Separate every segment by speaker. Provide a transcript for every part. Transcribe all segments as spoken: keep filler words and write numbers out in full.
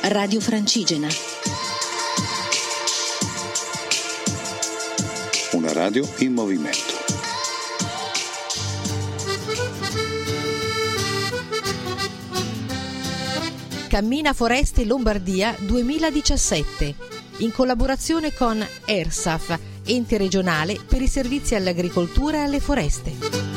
Speaker 1: Radio Francigena.
Speaker 2: Una radio in movimento.
Speaker 3: Cammina Foreste Lombardia duemiladiciassette, in collaborazione con ERSAF, ente regionale per i servizi all'agricoltura e alle foreste.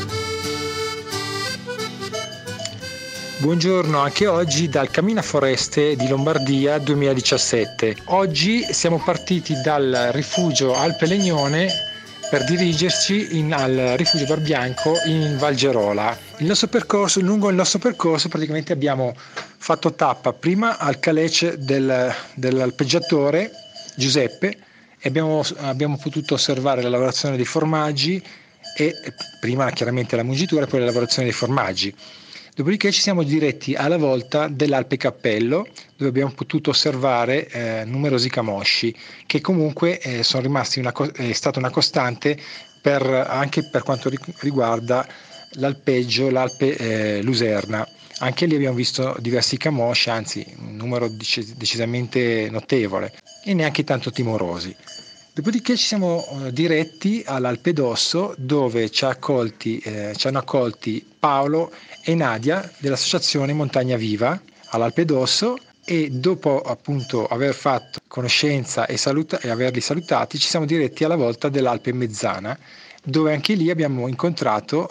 Speaker 4: Buongiorno anche oggi dal Cammina Foreste di Lombardia duemiladiciassette. Oggi siamo partiti dal rifugio Alpe Legnone per dirigerci in, al rifugio Barbianco in Val Gerola. Il nostro percorso, lungo il nostro percorso praticamente abbiamo fatto tappa prima al calece del, dell'alpeggiatore Giuseppe e abbiamo, abbiamo potuto osservare la lavorazione dei formaggi e prima chiaramente la mungitura e poi la lavorazione dei formaggi. Dopodiché ci siamo diretti alla volta dell'Alpe Cappello, dove abbiamo potuto osservare eh, numerosi camosci, che comunque eh, sono rimasti una, è stata una costante per, anche per quanto riguarda l'alpeggio, l'Alpe eh, Luserna. Anche lì abbiamo visto diversi camosci, anzi un numero decis- decisamente notevole e neanche tanto timorosi. Dopodiché ci siamo diretti all'Alpe d'Osso, dove ci, ha accolti, eh, ci hanno accolti Paolo e Nadia dell'associazione Montagna Viva all'Alpe d'Osso, e dopo appunto aver fatto conoscenza e, saluta- e averli salutati ci siamo diretti alla volta dell'Alpe Mezzana, dove anche lì abbiamo incontrato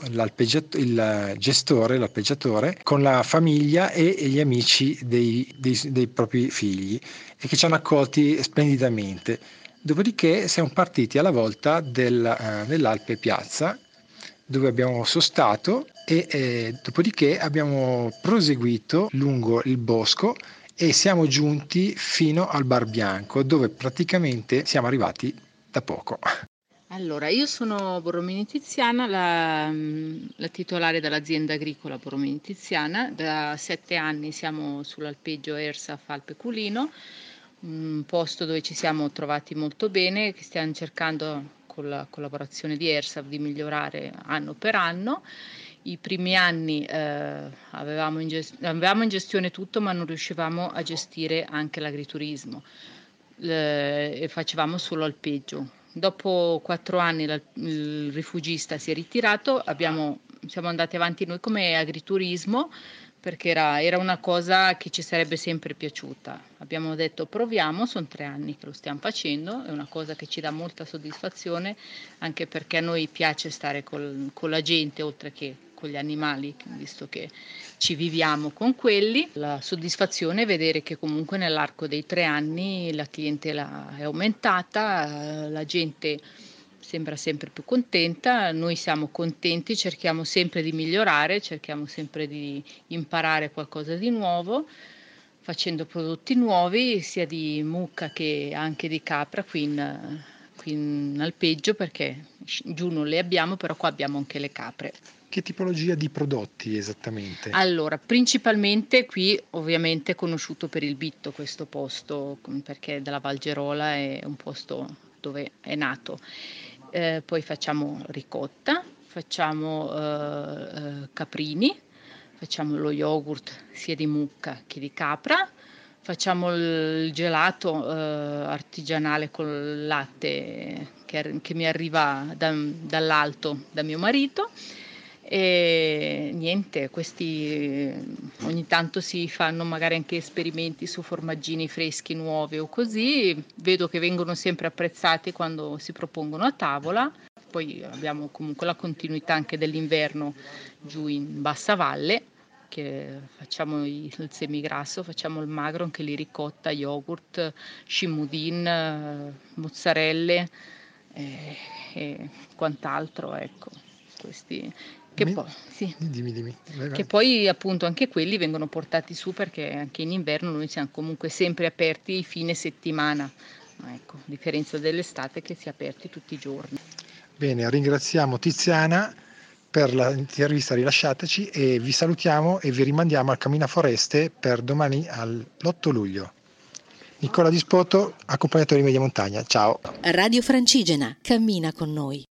Speaker 4: il gestore, l'alpeggiatore, con la famiglia e gli amici dei, dei, dei propri figli, e che ci hanno accolti splendidamente. Dopodiché siamo partiti alla volta del, uh, dell'Alpe Piazza, dove abbiamo sostato e eh, dopodiché abbiamo proseguito lungo il bosco e siamo giunti fino al Barbianco, dove praticamente siamo arrivati da poco.
Speaker 5: Allora, io sono Borromini Tiziana, la, la titolare dell'azienda agricola Borromini Tiziana. Da sette anni siamo sull'alpeggio ERSAF Alpe Culino, un posto dove ci siamo trovati molto bene, che stiamo cercando con la collaborazione di ERSAF di migliorare anno per anno. I primi anni eh, avevamo, in gest- avevamo in gestione tutto, ma non riuscivamo a gestire anche l'agriturismo Le- e facevamo solo alpeggio. Dopo quattro anni la- il rifugista si è ritirato, abbiamo, siamo andati avanti noi come agriturismo, perché era, era una cosa che ci sarebbe sempre piaciuta. Abbiamo detto proviamo, sono tre anni che lo stiamo facendo, è una cosa che ci dà molta soddisfazione, anche perché a noi piace stare col, con la gente oltre che con gli animali, visto che ci viviamo con quelli. La soddisfazione è vedere che comunque nell'arco dei tre anni la clientela è aumentata, la gente sembra sempre più contenta, noi siamo contenti, cerchiamo sempre di migliorare, cerchiamo sempre di imparare qualcosa di nuovo, facendo prodotti nuovi sia di mucca che anche di capra qui in, qui in alpeggio, perché giù non le abbiamo, però qua abbiamo anche le capre.
Speaker 4: Che tipologia di prodotti esattamente?
Speaker 5: Allora, principalmente qui ovviamente è conosciuto per il bitto questo posto, perché della Val Gerola è un posto dove è nato. Eh, poi facciamo ricotta, facciamo eh, eh, caprini, facciamo lo yogurt sia di mucca che di capra, facciamo il gelato eh, artigianale col latte che, che mi arriva da, dall'alto da mio marito. E niente, questi ogni tanto si fanno magari anche esperimenti su formaggini freschi nuovi o così, vedo che vengono sempre apprezzati quando si propongono a tavola. Poi abbiamo comunque la continuità anche dell'inverno giù in bassa valle, che facciamo il semigrasso, facciamo il magro, anche lì ricotta, yogurt, scimudin, mozzarelle e, e quant'altro, ecco. Questi Che,
Speaker 4: Mi...
Speaker 5: poi, sì.
Speaker 4: dimmi, dimmi. Vai, vai.
Speaker 5: Che poi appunto anche quelli vengono portati su, perché anche in inverno noi siamo comunque sempre aperti fine settimana, ecco, a differenza dell'estate che si è aperti tutti i giorni.
Speaker 4: Bene, ringraziamo Tiziana per l'intervista rilasciataci e vi salutiamo e vi rimandiamo al Cammina Foreste per domani all'otto luglio. Nicola Dispoto, accompagnatore di Media Montagna. Ciao.
Speaker 1: Radio Francigena, cammina con noi.